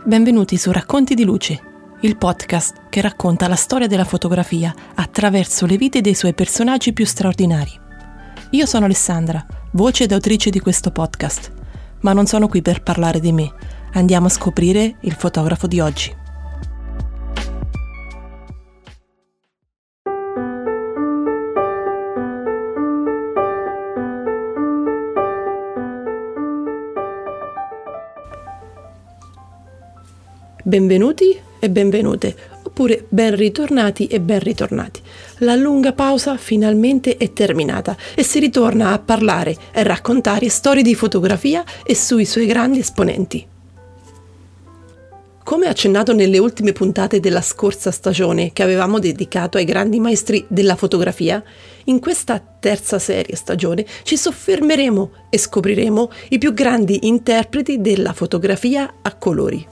Benvenuti su Racconti di Luce, il podcast che racconta la storia della fotografia attraverso le vite dei suoi personaggi più straordinari. Io sono Alessandra, voce ed autrice di questo podcast, ma non sono qui per parlare di me. Andiamo a scoprire il fotografo di oggi. Benvenuti e benvenute, oppure ben ritornati e ben ritornati. La lunga pausa finalmente è terminata e si ritorna a parlare e raccontare storie di fotografia e sui suoi grandi esponenti. Come accennato nelle ultime puntate della scorsa stagione che avevamo dedicato ai grandi maestri della fotografia, in questa terza stagione ci soffermeremo e scopriremo i più grandi interpreti della fotografia a colori.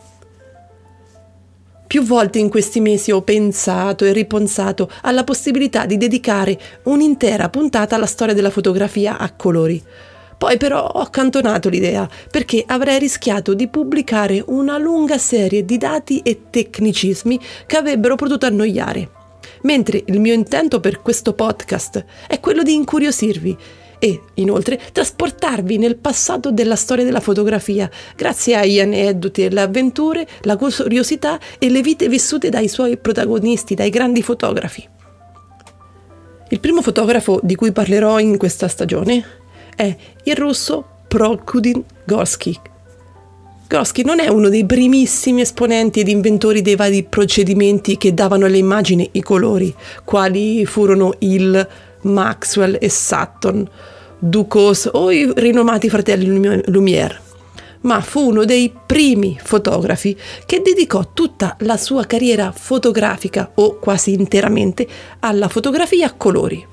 Più volte in questi mesi ho pensato e ripensato alla possibilità di dedicare un'intera puntata alla storia della fotografia a colori. Poi però ho accantonato l'idea perché avrei rischiato di pubblicare una lunga serie di dati e tecnicismi che avrebbero potuto annoiare. Mentre il mio intento per questo podcast è quello di incuriosirvi e, inoltre, trasportarvi nel passato della storia della fotografia, grazie agli aneddoti, le avventure, la curiosità e le vite vissute dai suoi protagonisti, dai grandi fotografi. Il primo fotografo di cui parlerò in questa stagione è il russo Prokudin Gorsky. Gorsky non è uno dei primissimi esponenti ed inventori dei vari procedimenti che davano alle immagini i colori, quali furono Hill, Maxwell e Sutton, Ducos o i rinomati fratelli Lumière, ma fu uno dei primi fotografi che dedicò tutta la sua carriera fotografica, o quasi interamente, alla fotografia a colori.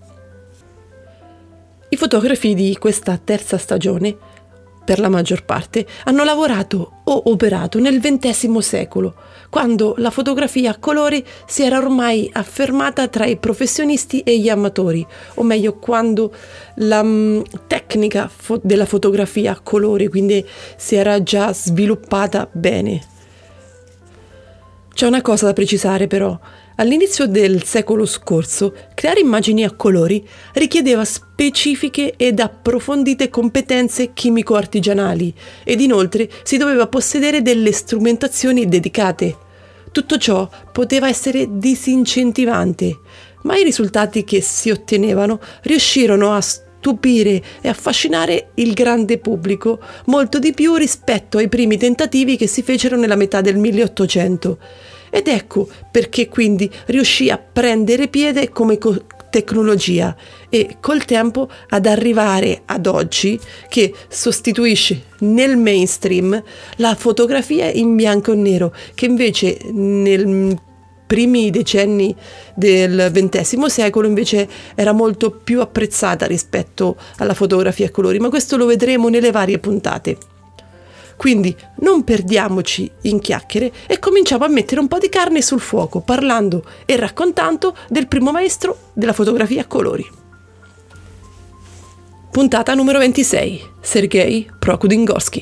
I fotografi di questa terza stagione, per la maggior parte, hanno lavorato o operato nel XX secolo, quando la fotografia a colori si era ormai affermata tra i professionisti e gli amatori, o meglio quando la tecnica della fotografia a colori quindi si era già sviluppata bene. C'è una cosa da precisare però. All'inizio del secolo scorso, creare immagini a colori richiedeva specifiche ed approfondite competenze chimico-artigianali ed inoltre si doveva possedere delle strumentazioni dedicate. Tutto ciò poteva essere disincentivante, ma i risultati che si ottenevano riuscirono a stupire e affascinare il grande pubblico molto di più rispetto ai primi tentativi che si fecero nella metà del 1800. Ed ecco perché quindi riuscì a prendere piede come tecnologia e col tempo ad arrivare ad oggi che sostituisce nel mainstream la fotografia in bianco e nero, che invece nei primi decenni del XX secolo invece era molto più apprezzata rispetto alla fotografia a colori, ma questo lo vedremo nelle varie puntate. Quindi non perdiamoci in chiacchiere e cominciamo a mettere un po' di carne sul fuoco, parlando e raccontando del primo maestro della fotografia a colori. Puntata numero 26. Sergei Prokudin Gorsky.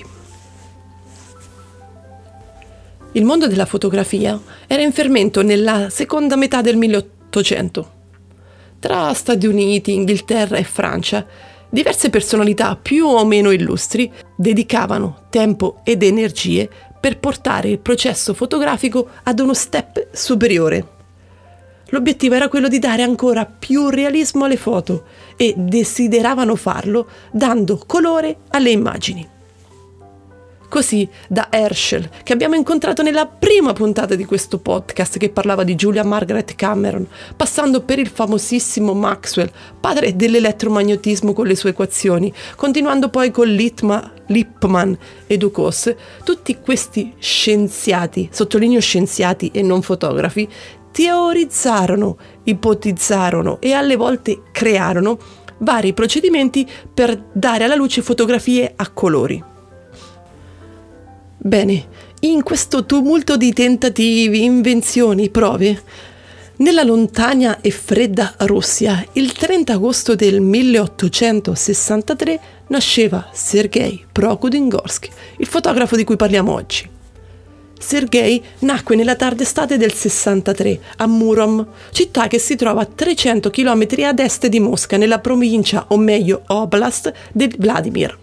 Il mondo della fotografia era in fermento nella seconda metà del 1800. Tra Stati Uniti, Inghilterra e Francia, diverse personalità più o meno illustri dedicavano tempo ed energie per portare il processo fotografico ad uno step superiore. L'obiettivo era quello di dare ancora più realismo alle foto e desideravano farlo dando colore alle immagini. Così da Herschel, che abbiamo incontrato nella prima puntata di questo podcast che parlava di Julia Margaret Cameron, passando per il famosissimo Maxwell, padre dell'elettromagnetismo con le sue equazioni, continuando poi con Lippmann e Ducos, tutti questi scienziati, sottolineo scienziati e non fotografi, teorizzarono, ipotizzarono e alle volte crearono vari procedimenti per dare alla luce fotografie a colori. Bene, in questo tumulto di tentativi, invenzioni, prove, nella lontana e fredda Russia, il 30 agosto del 1863 nasceva Sergei Prokudin Gorsky, il fotografo di cui parliamo oggi. Sergej nacque nella tarda estate del 63 a Murom, città che si trova a 300 km ad est di Mosca, nella provincia, o meglio oblast, di Vladimir.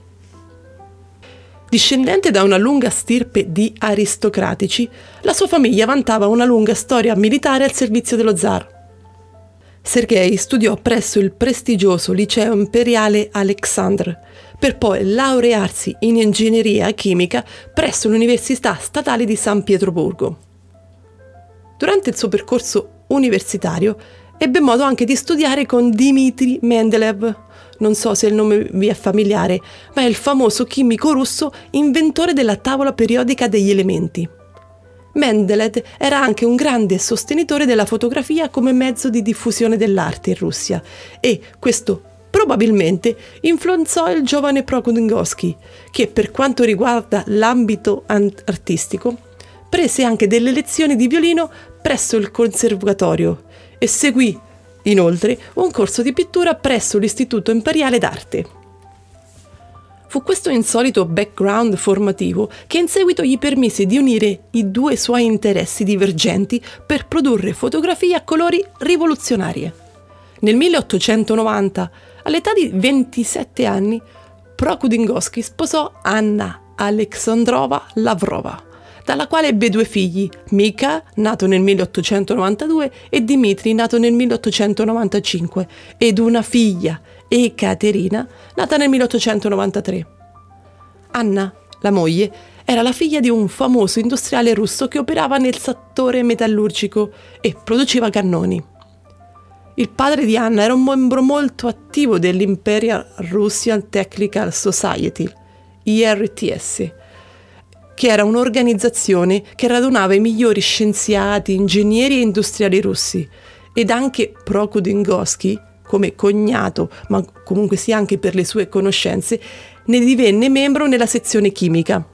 Discendente da una lunga stirpe di aristocratici, la sua famiglia vantava una lunga storia militare al servizio dello zar. Sergej studiò presso il prestigioso liceo imperiale Aleksandr, per poi laurearsi in ingegneria chimica presso l'Università Statale di San Pietroburgo. Durante il suo percorso universitario ebbe modo anche di studiare con Dmitry Mendeleev. Non so se il nome vi è familiare, ma è il famoso chimico russo inventore della tavola periodica degli elementi. Mendeleev era anche un grande sostenitore della fotografia come mezzo di diffusione dell'arte in Russia e questo probabilmente influenzò il giovane Prokudinskij, che per quanto riguarda l'ambito artistico prese anche delle lezioni di violino presso il conservatorio e seguì inoltre un corso di pittura presso l'Istituto Imperiale d'Arte. Fu questo insolito background formativo che in seguito gli permise di unire i due suoi interessi divergenti per produrre fotografie a colori rivoluzionarie. Nel 1890, all'età di 27 anni, Prokudinskij sposò Anna Aleksandrova Lavrova, dalla quale ebbe due figli, Mika, nato nel 1892, e Dmitry, nato nel 1895, ed una figlia, Ekaterina, nata nel 1893. Anna, la moglie, era la figlia di un famoso industriale russo che operava nel settore metallurgico e produceva cannoni. Il padre di Anna era un membro molto attivo dell'Imperial Russian Technical Society, IRTS, che era un'organizzazione che radunava i migliori scienziati, ingegneri e industriali russi, ed anche Prokudinskij, come cognato, ma comunque sia anche per le sue conoscenze, ne divenne membro nella sezione chimica.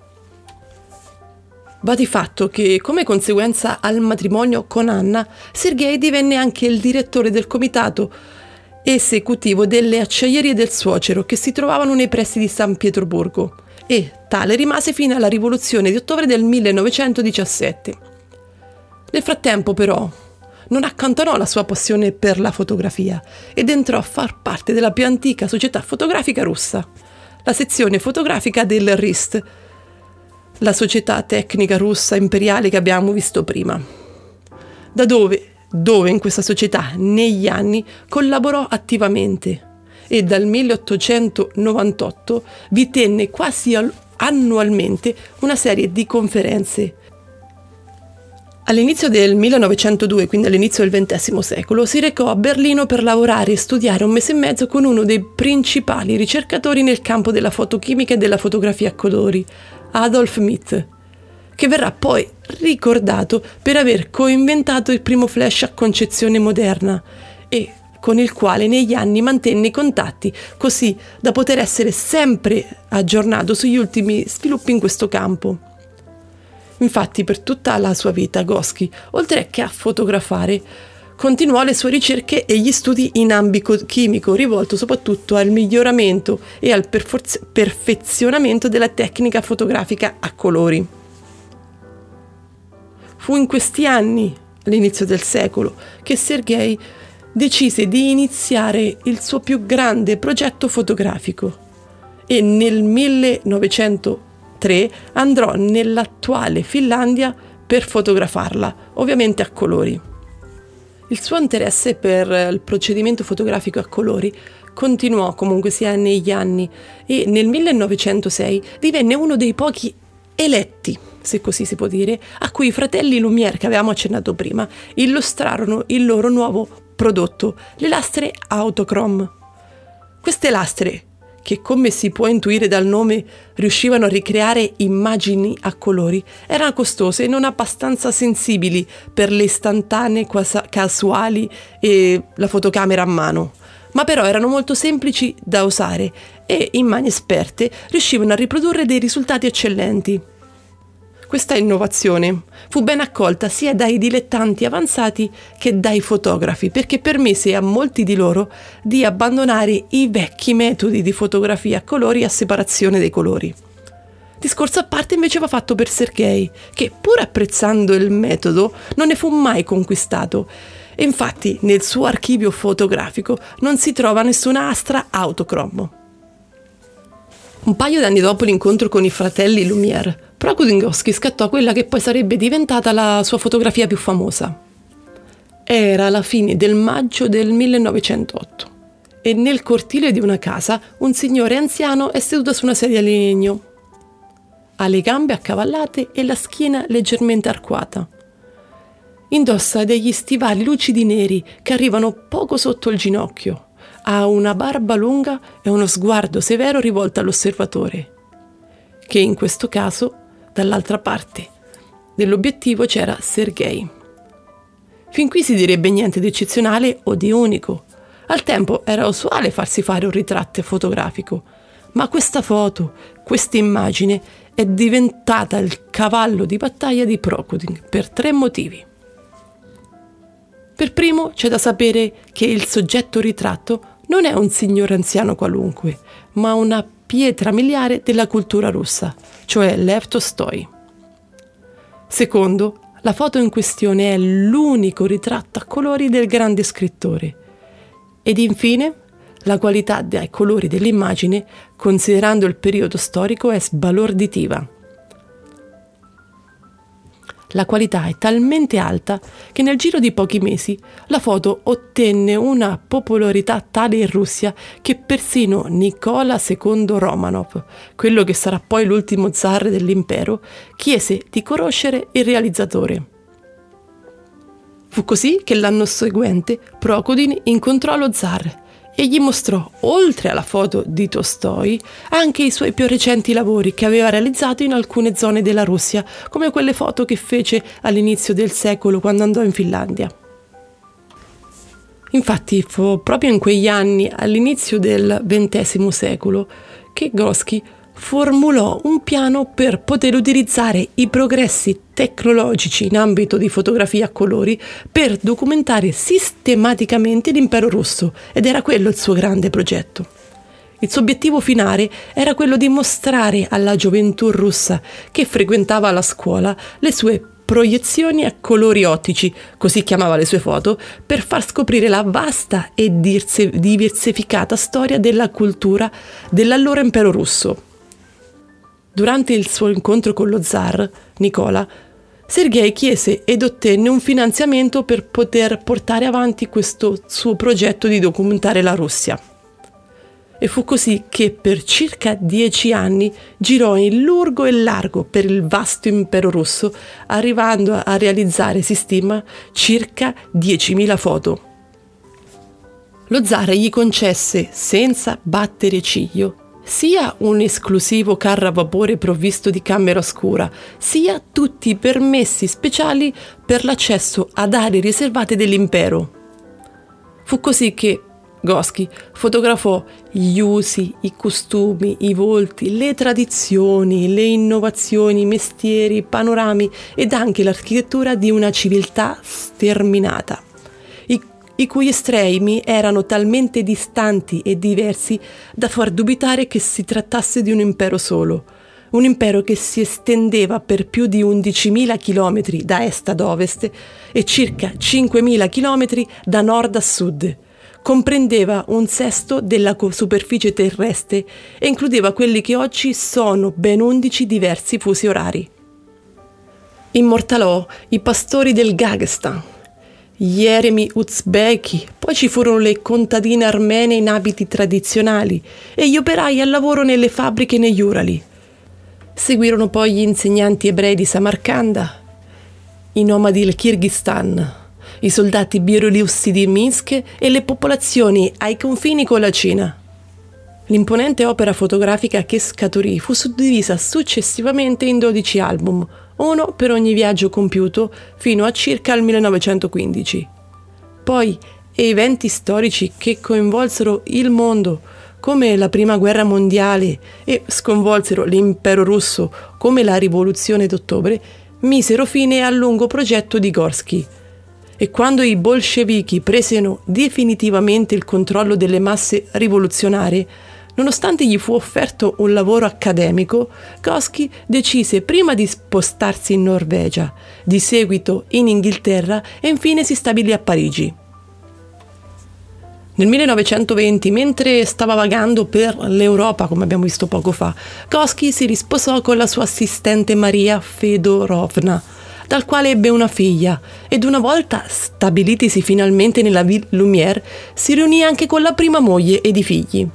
Va di fatto che, come conseguenza al matrimonio con Anna, Sergej divenne anche il direttore del comitato esecutivo delle acciaierie del suocero che si trovavano nei pressi di San Pietroburgo, e tale rimase fino alla rivoluzione di ottobre del 1917. Nel frattempo, però, non accantonò la sua passione per la fotografia ed entrò a far parte della più antica società fotografica russa, la sezione fotografica del RIST, la società tecnica russa imperiale che abbiamo visto prima, da dove in questa società negli anni collaborò attivamente e dal 1898 vi tenne quasi annualmente una serie di conferenze. All'inizio del 1902, quindi all'inizio del XX secolo, si recò a Berlino per lavorare e studiare un mese e mezzo con uno dei principali ricercatori nel campo della fotochimica e della fotografia a colori, Adolf Mitt, che verrà poi ricordato per aver coinventato il primo flash a concezione moderna e con il quale negli anni mantenne i contatti, così da poter essere sempre aggiornato sugli ultimi sviluppi in questo campo. Infatti, per tutta la sua vita, Goski, oltre che a fotografare, continuò le sue ricerche e gli studi in ambito chimico, rivolto soprattutto al miglioramento e al perfezionamento della tecnica fotografica a colori. Fu in questi anni, all'inizio del secolo, che Sergej decise di iniziare il suo più grande progetto fotografico e nel 1903 andrò nell'attuale Finlandia per fotografarla, ovviamente a colori. Il suo interesse per il procedimento fotografico a colori continuò comunque sia negli anni e nel 1906 divenne uno dei pochi eletti, se così si può dire, a cui i fratelli Lumière, che avevamo accennato prima, illustrarono il loro nuovo prodotto, le lastre Autochrome. Queste lastre, che come si può intuire dal nome riuscivano a ricreare immagini a colori, erano costose e non abbastanza sensibili per le istantanee casuali e la fotocamera a mano, ma però erano molto semplici da usare e in mani esperte riuscivano a riprodurre dei risultati eccellenti. Questa innovazione fu ben accolta sia dai dilettanti avanzati che dai fotografi, perché permise a molti di loro di abbandonare i vecchi metodi di fotografia a colori e a separazione dei colori. Discorso a parte invece va fatto per Sergej, che pur apprezzando il metodo non ne fu mai conquistato. E infatti nel suo archivio fotografico non si trova nessuna astra autocromo. Un paio d'anni dopo l'incontro con i fratelli Lumière, Prokudin-Gonskij scattò quella che poi sarebbe diventata la sua fotografia più famosa. Era la fine del maggio del 1908 e nel cortile di una casa un signore anziano è seduto su una sedia di legno. Ha le gambe accavallate e la schiena leggermente arcuata. Indossa degli stivali lucidi neri che arrivano poco sotto il ginocchio. Ha una barba lunga e uno sguardo severo rivolto all'osservatore, che in questo caso, dall'altra parte dell'obiettivo, c'era Sergej. Fin qui si direbbe niente di eccezionale o di unico. Al tempo era usuale farsi fare un ritratto fotografico, ma questa foto, questa immagine è diventata il cavallo di battaglia di Prokudin per 3 motivi. Per primo c'è da sapere che il soggetto ritratto non è un signore anziano qualunque, ma una pietra miliare della cultura russa, cioè Lev Tolstoj. Secondo, la foto in questione è l'unico ritratto a colori del grande scrittore. Ed infine, la qualità dei colori dell'immagine, considerando il periodo storico, è sbalorditiva. La qualità è talmente alta che nel giro di pochi mesi la foto ottenne una popolarità tale in Russia che persino Nicola II Romanov, quello che sarà poi l'ultimo zar dell'impero, chiese di conoscere il realizzatore. Fu così che l'anno seguente Prokudin incontrò lo zar e gli mostrò, oltre alla foto di Tolstoj, anche i suoi più recenti lavori che aveva realizzato in alcune zone della Russia, come quelle foto che fece all'inizio del secolo quando andò in Finlandia. Infatti fu proprio in quegli anni, all'inizio del XX secolo, che Gonskij formulò un piano per poter utilizzare i progressi tecnologici in ambito di fotografia a colori per documentare sistematicamente l'impero russo, ed era quello il suo grande progetto. Il suo obiettivo finale era quello di mostrare alla gioventù russa che frequentava la scuola le sue proiezioni a colori ottici, così chiamava le sue foto, per far scoprire la vasta e diversificata storia della cultura dell'allora impero russo. Durante il suo incontro con lo zar, Nicola, Sergej chiese ed ottenne un finanziamento per poter portare avanti questo suo progetto di documentare la Russia. E fu così che per circa 10 anni girò in lungo e largo per il vasto impero russo, arrivando a realizzare, si stima, circa 10.000 foto. Lo zar gli concesse, senza battere ciglio, sia un esclusivo carro a vapore provvisto di camera oscura, sia tutti i permessi speciali per l'accesso ad aree riservate dell'impero. Fu così che Gonskij fotografò gli usi, i costumi, i volti, le tradizioni, le innovazioni, i mestieri, i panorami ed anche l'architettura di una civiltà sterminata, i cui estremi erano talmente distanti e diversi da far dubitare che si trattasse di un impero solo, un impero che si estendeva per più di 11.000 chilometri da est ad ovest e circa 5.000 chilometri da nord a sud. Comprendeva 1/6 della superficie terrestre e includeva quelli che oggi sono ben 11 diversi fusi orari. Immortalò i pastori del Dagestan, gli eremi uzbeki, poi ci furono le contadine armene in abiti tradizionali e gli operai al lavoro nelle fabbriche negli Urali. Seguirono poi gli insegnanti ebrei di Samarcanda, i nomadi del Kirghizistan, i soldati bielorussi di Minsk e le popolazioni ai confini con la Cina. L'imponente opera fotografica che scaturì fu suddivisa successivamente in 12 album, uno per ogni viaggio compiuto fino a circa il 1915. Poi eventi storici che coinvolsero il mondo, come la Prima Guerra Mondiale, e sconvolsero l'impero russo, come la Rivoluzione d'Ottobre, misero fine al lungo progetto di Gonskij. E quando i bolscevichi presero definitivamente il controllo delle masse rivoluzionarie, Nonostante gli fu offerto un lavoro accademico, Gosci decise prima di spostarsi in Norvegia, di seguito in Inghilterra e infine si stabilì a Parigi. Nel 1920, mentre stava vagando per l'Europa, come abbiamo visto poco fa, Gosci si risposò con la sua assistente Maria Fedorovna, dal quale ebbe una figlia, ed una volta stabilitisi finalmente nella Ville Lumière, si riunì anche con la prima moglie ed i figli.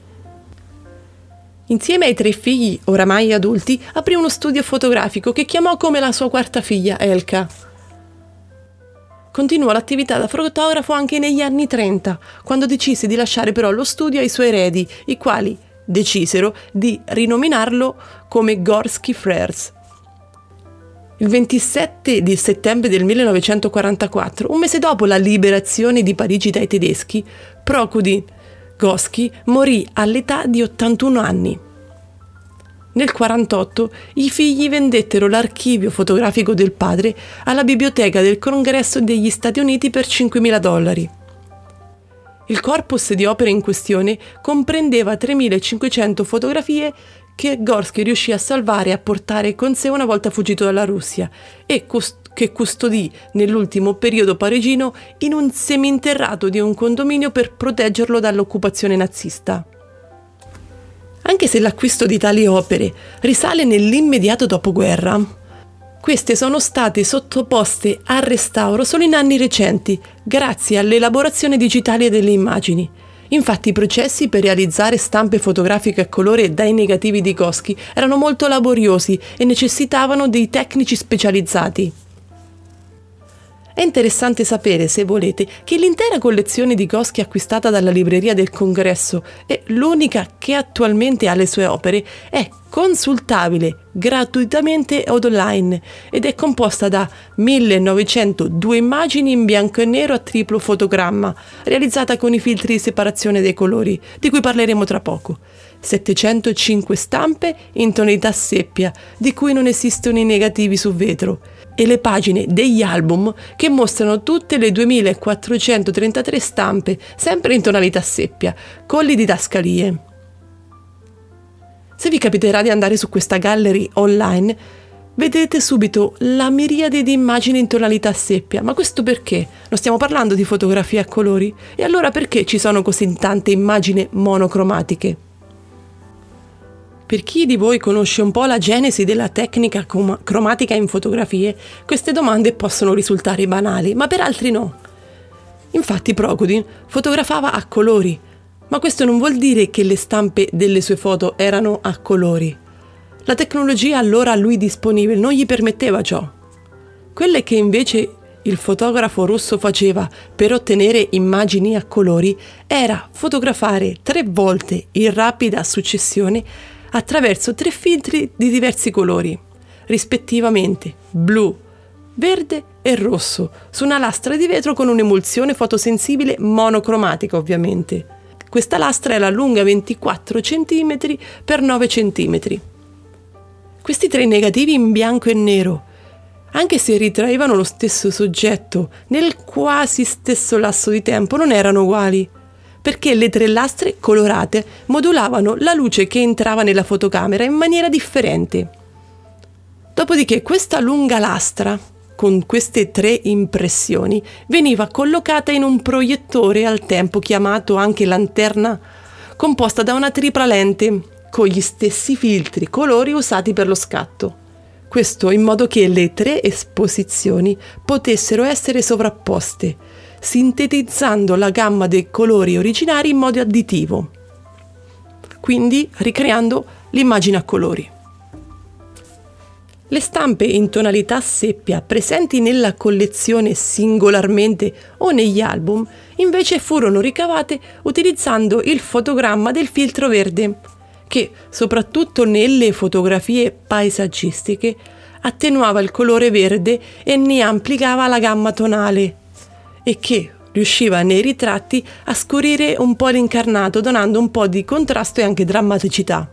Insieme ai 3 figli, oramai adulti, aprì uno studio fotografico che chiamò come la sua quarta figlia, Elka. Continuò l'attività da fotografo anche negli anni 30, quando decise di lasciare però lo studio ai suoi eredi, i quali decisero di rinominarlo come Gorsky Frères. Il 27 di settembre del 1944, un mese dopo la liberazione di Parigi dai tedeschi, Prokudin Gosci morì all'età di 81 anni. Nel 1948 i figli vendettero l'archivio fotografico del padre alla Biblioteca del Congresso degli Stati Uniti per $5.000. Il corpus di opere in questione comprendeva 3.500 fotografie che Gosci riuscì a salvare e a portare con sé una volta fuggito dalla Russia e che custodì nell'ultimo periodo parigino in un seminterrato di un condominio per proteggerlo dall'occupazione nazista. Anche se l'acquisto di tali opere risale nell'immediato dopoguerra, queste sono state sottoposte a restauro solo in anni recenti, grazie all'elaborazione digitale delle immagini. Infatti i processi per realizzare stampe fotografiche a colore dai negativi di Gosci erano molto laboriosi e necessitavano dei tecnici specializzati. È interessante sapere, se volete, che l'intera collezione di Gosci acquistata dalla Libreria del Congresso e l'unica che attualmente ha le sue opere è consultabile gratuitamente online ed è composta da 1902 immagini in bianco e nero a triplo fotogramma, realizzata con i filtri di separazione dei colori, di cui parleremo tra poco. 705 stampe in tonalità seppia, di cui non esistono i negativi su vetro, e le pagine degli album che mostrano tutte le 2433 stampe, sempre in tonalità seppia, con le didascalie. Se vi capiterà di andare su questa gallery online, vedete subito la miriade di immagini in tonalità seppia. Ma questo perché? Non stiamo parlando di fotografie a colori? E allora perché ci sono così tante immagini monocromatiche? Per chi di voi conosce un po' la genesi della tecnica cromatica in fotografie, queste domande possono risultare banali, ma per altri no. Infatti Prokudin fotografava a colori, ma questo non vuol dire che le stampe delle sue foto erano a colori. La tecnologia allora a lui disponibile non gli permetteva ciò. Quelle che invece il fotografo russo faceva per ottenere immagini a colori era fotografare 3 volte in rapida successione attraverso 3 filtri di diversi colori, rispettivamente blu, verde e rosso, su una lastra di vetro con un'emulsione fotosensibile monocromatica ovviamente. Questa lastra era lunga 24 cm x 9 cm. Questi 3 negativi in bianco e nero, anche se ritraevano lo stesso soggetto nel quasi stesso lasso di tempo, non erano uguali, perché le 3 lastre colorate modulavano la luce che entrava nella fotocamera in maniera differente. Dopodiché questa lunga lastra, con queste 3 impressioni, veniva collocata in un proiettore al tempo chiamato anche lanterna, composta da una tripla lente, con gli stessi filtri colori usati per lo scatto. Questo in modo che le 3 esposizioni potessero essere sovrapposte, sintetizzando la gamma dei colori originari in modo additivo, quindi ricreando l'immagine a colori. Le stampe in tonalità seppia presenti nella collezione singolarmente o negli album invece furono ricavate utilizzando il fotogramma del filtro verde, che soprattutto nelle fotografie paesaggistiche attenuava il colore verde e ne ampliava la gamma tonale, e che riusciva nei ritratti a scurire un po' l'incarnato, donando un po' di contrasto e anche drammaticità.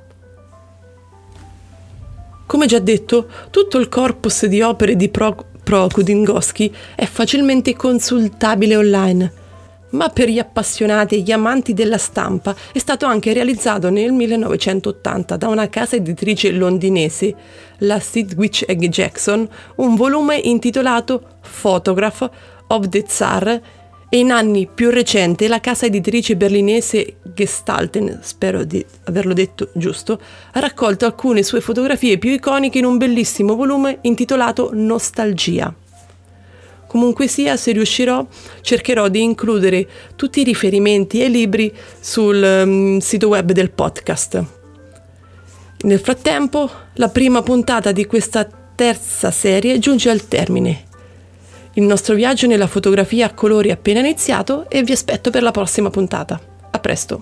Come già detto, tutto il corpus di opere di Prokudin Gosci è facilmente consultabile online, ma per gli appassionati e gli amanti della stampa è stato anche realizzato nel 1980 da una casa editrice londinese, la Sidgwick & Jackson, un volume intitolato Photograph of the Tsar, e in anni più recenti la casa editrice berlinese Gestalten, spero di averlo detto giusto, ha raccolto alcune sue fotografie più iconiche in un bellissimo volume intitolato Nostalgia. Comunque sia, se riuscirò, cercherò di includere tutti i riferimenti ai libri sul sito web del podcast. Nel frattempo, la prima puntata di questa terza serie giunge al termine. Il nostro viaggio nella fotografia a colori è appena iniziato e vi aspetto per la prossima puntata. A presto!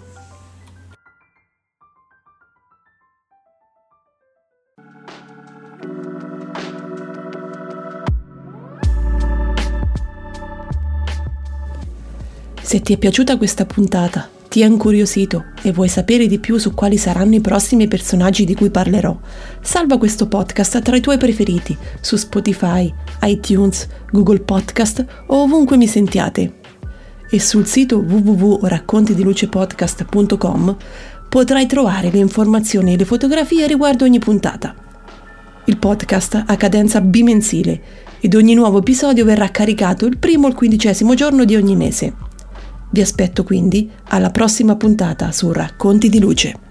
Se ti è piaciuta questa puntata, ti è incuriosito e vuoi sapere di più su quali saranno i prossimi personaggi di cui parlerò, salva questo podcast tra i tuoi preferiti su Spotify, iTunes, Google Podcast o ovunque mi sentiate. E sul sito www.raccontidilucepodcast.com potrai trovare le informazioni e le fotografie riguardo ogni puntata. Il podcast ha cadenza bimensile ed ogni nuovo episodio verrà caricato il 1° o il 15° giorno di ogni mese. Vi aspetto quindi alla prossima puntata su Racconti di Luce.